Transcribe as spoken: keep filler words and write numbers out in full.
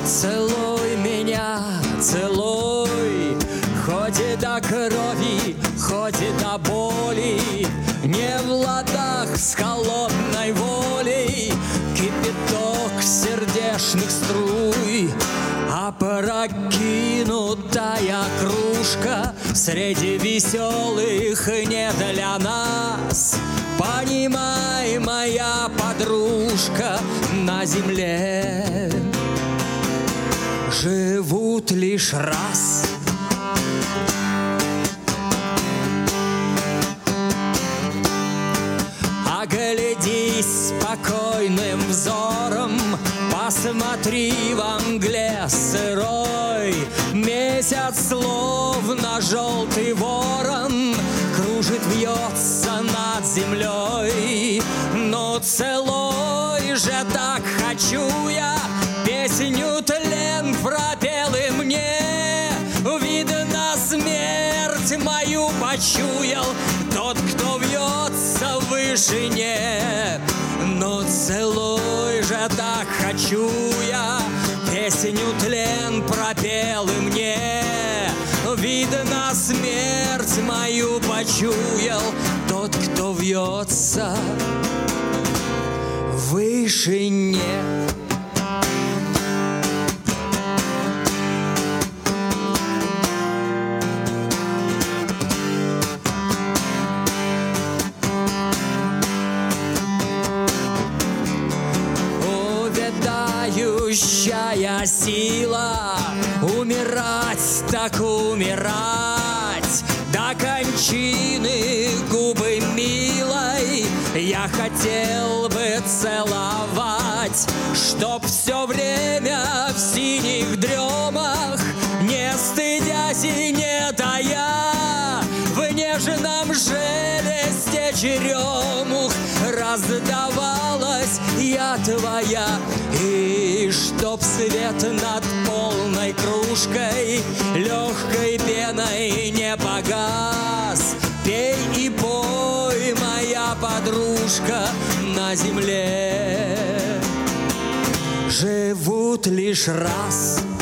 Целуй меня, целуй, хоть и до крови, хоть и до боли, не в ладах с холодной волей кипяток сердечных струй, а прокинутая кружка среди веселых не для нас. Понимай, моя подружка, на земле живут лишь раз. Оглядись спокойным взором, посмотри во мгле сырой. Месяц словно желтый ворон кружит, вьется над землей. Но целуй же, так хочу я, песню тлен пропел и мне. Видно, смерть мою почуял тот, кто вьется в вышине. Но целуй же, так хочу я, песню тлен пропел и мне. Видно, смерть мою почуял тот, кто вьется в вышине. Увядающая сила, умирать так умирать, до кончины губы милой я хотел бы целовать, чтоб все время в синих дремах, не стыдясь и не тая, в нежном шелесте черемух раздавалась я твоя. И чтоб свет над полной кружкой легкой пеной не погас, пей и пой, моя подружка, на земле живут лишь раз.